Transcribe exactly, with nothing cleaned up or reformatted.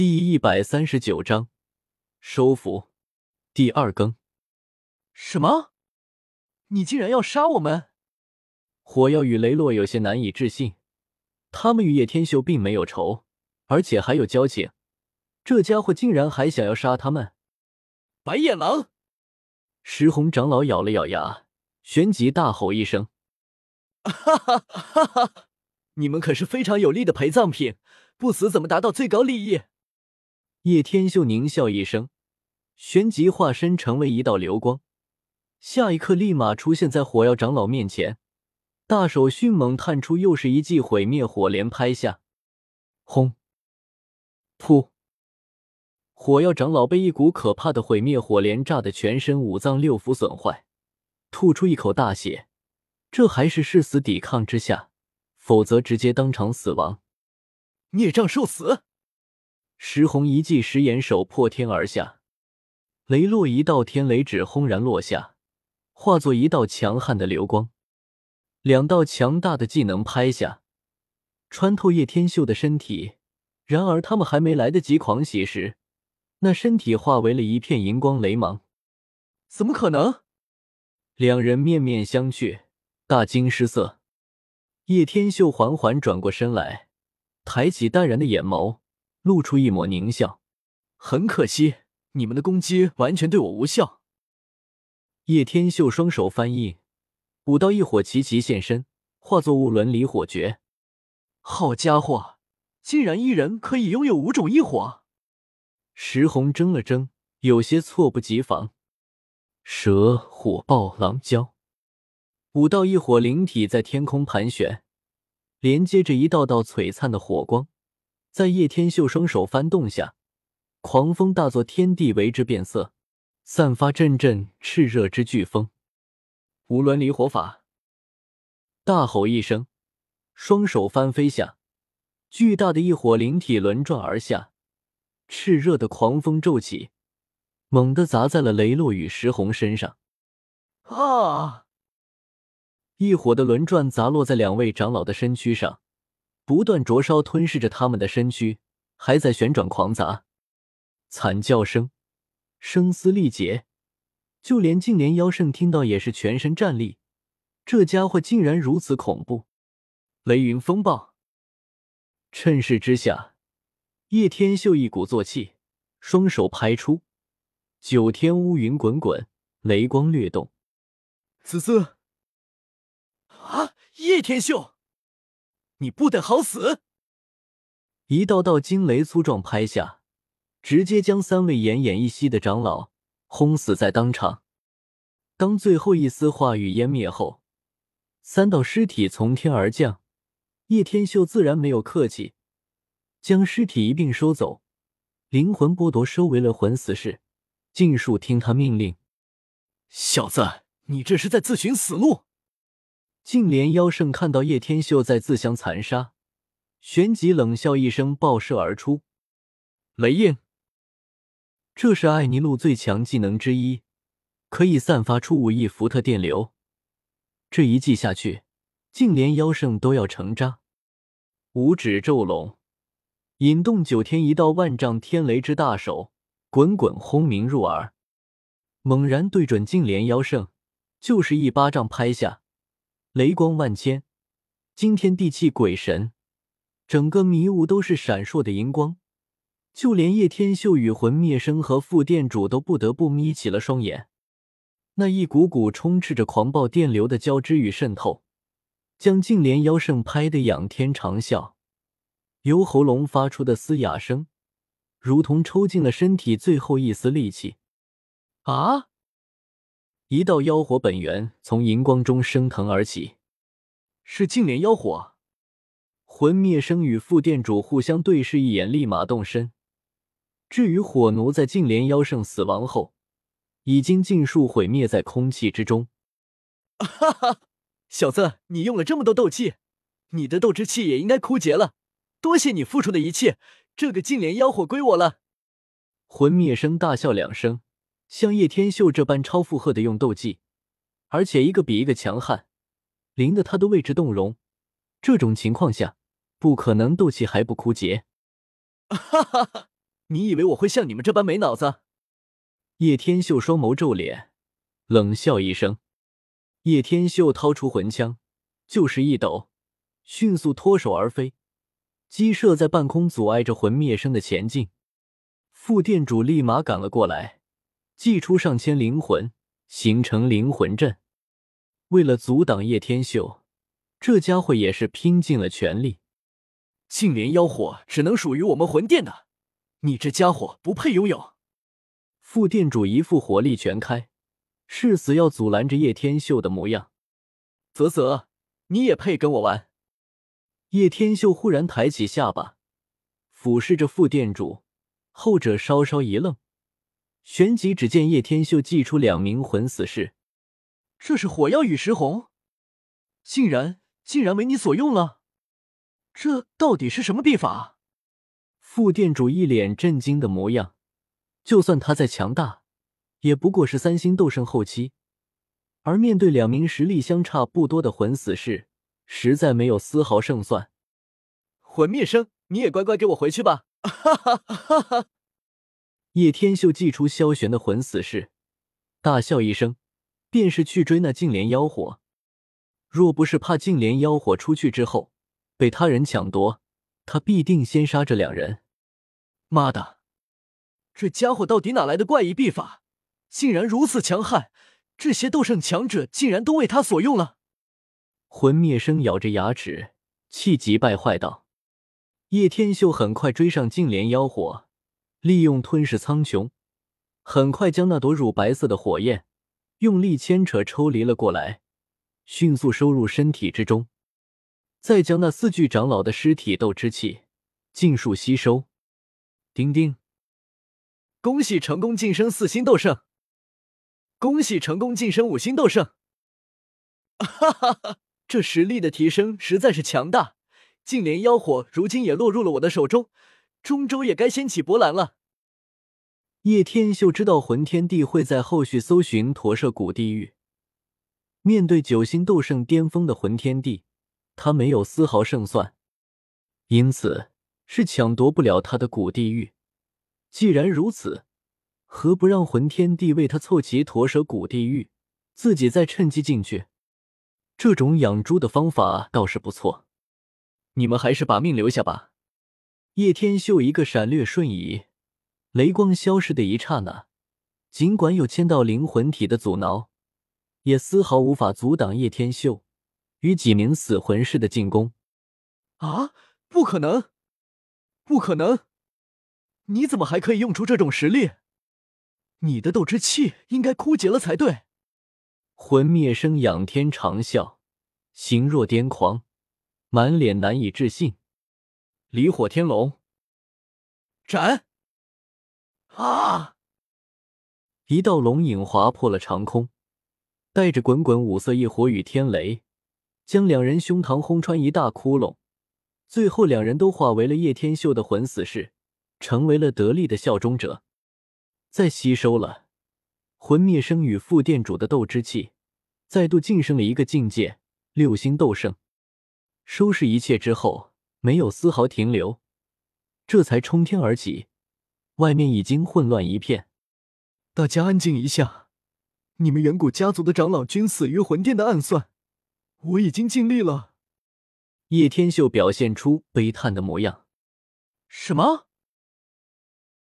第一百三十九章收服第二更。 什么？你竟然要杀我们？ 火药与雷洛有些难以置信，他们与叶天秀并没有仇，而且还有交情，这家伙竟然还想要杀他们。 白眼狼！ 石红长老咬了咬牙，旋即大吼一声： 哈哈哈哈！你们可是非常有力的陪葬品，不死怎么达到最高利益？ 叶天秀狞笑一声，旋即化身成为一道流光，下一刻立马出现在火药长老面前，大手迅猛探出，又是一记毁灭火莲拍下。轰！噗！火药长老被一股可怕的毁灭火莲炸得全身五脏六腑损坏，吐出一口大血，这还是誓死抵抗之下，否则直接当场死亡。 孽障受死！ 石红一记食眼手破天而下，雷洛一道天雷指轰然落下，化作一道强悍的流光，两道强大的技能拍下，穿透叶天秀的身体。然而他们还没来得及狂喜时，那身体化为了一片银光雷芒。 怎么可能？ 两人面面相觑，大惊失色。叶天秀缓缓转过身来，抬起淡然的眼眸，露出一抹狞笑。 很可惜，你们的攻击完全对我无效。 叶天秀双手翻印，五道异火齐齐现身，化作五轮离火诀。 好家伙，竟然一人可以拥有五种异火！ 石红怔了怔，有些猝不及防。蛇、火、豹、狼、蛟，五道异火灵体在天空盘旋，连接着一道道璀璨的火光，在叶天秀双手翻动下，狂风大作，天地为之变色，散发阵阵炽热之飓风。无轮离火法！大吼一声，双手翻飞下，巨大的异火灵体轮转而下，炽热的狂风骤起，猛地砸在了雷洛与石红身上。 啊！ 异火的轮转砸落在两位长老的身躯上，不断灼烧吞噬着他们的身躯，还在旋转狂砸。惨叫声，声嘶力竭，就连净莲妖圣听到也是全身战栗，这家伙竟然如此恐怖。雷云风暴！趁势之下，叶天秀一鼓作气，双手拍出，九天乌云滚滚，雷光掠动。 滋滋！啊！叶天秀，你不得好死！ 一道道惊雷粗壮拍下，直接将三位奄奄一息的长老轰死在当场。当最后一丝话语湮灭后，三道尸体从天而降，叶天秀自然没有客气，将尸体一并收走，灵魂剥夺收为了魂死士，尽数听他命令。 小子，你这是在自寻死路！ 净莲妖圣看到叶天秀在自相残杀，旋即冷笑一声，爆射而出。雷印，这是艾尼路最强技能之一，可以散发出五亿伏特电流，这一记下去，净莲妖圣都要成渣。五指骤拢，引动九天一道万丈天雷之大手，滚滚轰鸣入耳，猛然对准净莲妖圣，就是一巴掌拍下，雷光万千，惊天地泣鬼神，整个迷雾都是闪烁的银光，就连叶天秀与魂灭生和副店主都不得不眯起了双眼。那一股股充斥着狂暴电流的交织与渗透，将净莲妖圣拍得仰天长啸，由喉咙发出的嘶哑声，如同抽尽了身体最后一丝力气。啊！一道妖火本源从银光中升腾而起， 是净莲妖火。 魂灭生与副店主互相对视一眼，立马动身。至于火奴在净莲妖圣死亡后，已经尽数毁灭在空气之中。 哈哈，小子，你用了这么多斗气，你的斗之气也应该枯竭了。多谢你付出的一切，这个净莲妖火归我了。 魂灭生大笑两声，像叶天秀这般超负荷的用斗技，而且一个比一个强悍，灵得他都为之动容。这种情况下，不可能斗气还不枯竭。 哈哈哈， 你以为我会像你们这般没脑子？ 叶天秀双眸皱脸，冷笑一声。叶天秀掏出魂枪，就是一抖，迅速脱手而飞，击射在半空，阻碍着魂灭生的前进。副店主立马赶了过来，祭出上千灵魂，形成灵魂阵。为了阻挡叶天秀，这家伙也是拼尽了全力。 净莲妖火只能属于我们魂殿的，你这家伙不配拥有。 副店主一副火力全开，誓死要阻拦着叶天秀的模样。 啧啧，你也配跟我玩？ 叶天秀忽然抬起下巴，俯视着副店主，后者稍稍一愣，旋即只见叶天秀祭出两名魂死士。 这是火妖与石红，竟然竟然为你所用了，这到底是什么秘法？ 副店主一脸震惊的模样，就算他再强大，也不过是三星斗圣后期，而面对两名实力相差不多的魂死士，实在没有丝毫胜算。 魂灭生，你也乖乖给我回去吧！哈哈哈哈！ 叶天秀祭出萧玄的魂死士，大笑一声，便是去追那净莲妖火。若不是怕净莲妖火出去之后被他人抢夺，他必定先杀这两人。 妈的，这家伙到底哪来的怪异秘法，竟然如此强悍，这些斗圣强者竟然都为他所用了。 魂灭生咬着牙齿，气急败坏道。叶天秀很快追上净莲妖火，利用吞噬苍穹，很快将那朵乳白色的火焰用力牵扯抽离了过来，迅速收入身体之中，再将那四具长老的尸体斗之气尽数吸收。叮叮， 恭喜成功晋升四星斗圣！恭喜成功晋升五星斗圣！哈哈哈，这实力的提升实在是强大，净莲妖火如今也落入了我的手中，中州也该掀起波澜了。 叶天秀知道魂天帝会在后续搜寻驼舍古地狱，面对九星斗圣巅峰的魂天帝，他没有丝毫胜算，因此是抢夺不了他的古地狱。既然如此，何不让魂天帝为他凑齐驼舍古地狱，自己再趁机进去？这种养猪的方法倒是不错。 你们还是把命留下吧。 叶天秀一个闪掠瞬移，雷光消失的一刹那，尽管有千道灵魂体的阻挠，也丝毫无法阻挡叶天秀与几名死魂士的进攻。 啊，不可能！不可能！你怎么还可以用出这种实力？你的斗之气应该枯竭了才对。 魂灭生仰天长啸，形若癫狂，满脸难以置信。离火天龙， 斩！啊！ 一道龙影划破了长空，带着滚滚五色异火与天雷，将两人胸膛轰穿一大窟窿。最后两人都化为了叶天秀的魂死士，成为了得力的效忠者。再吸收了魂灭生与副店主的斗之气，再度晋升了一个境界，六星斗圣。收拾一切之后，没有丝毫停留，这才冲天而起。外面已经混乱一片。 大家安静一下，你们远古家族的长老均死于魂殿的暗算，我已经尽力了。 叶天秀表现出悲叹的模样。 什么？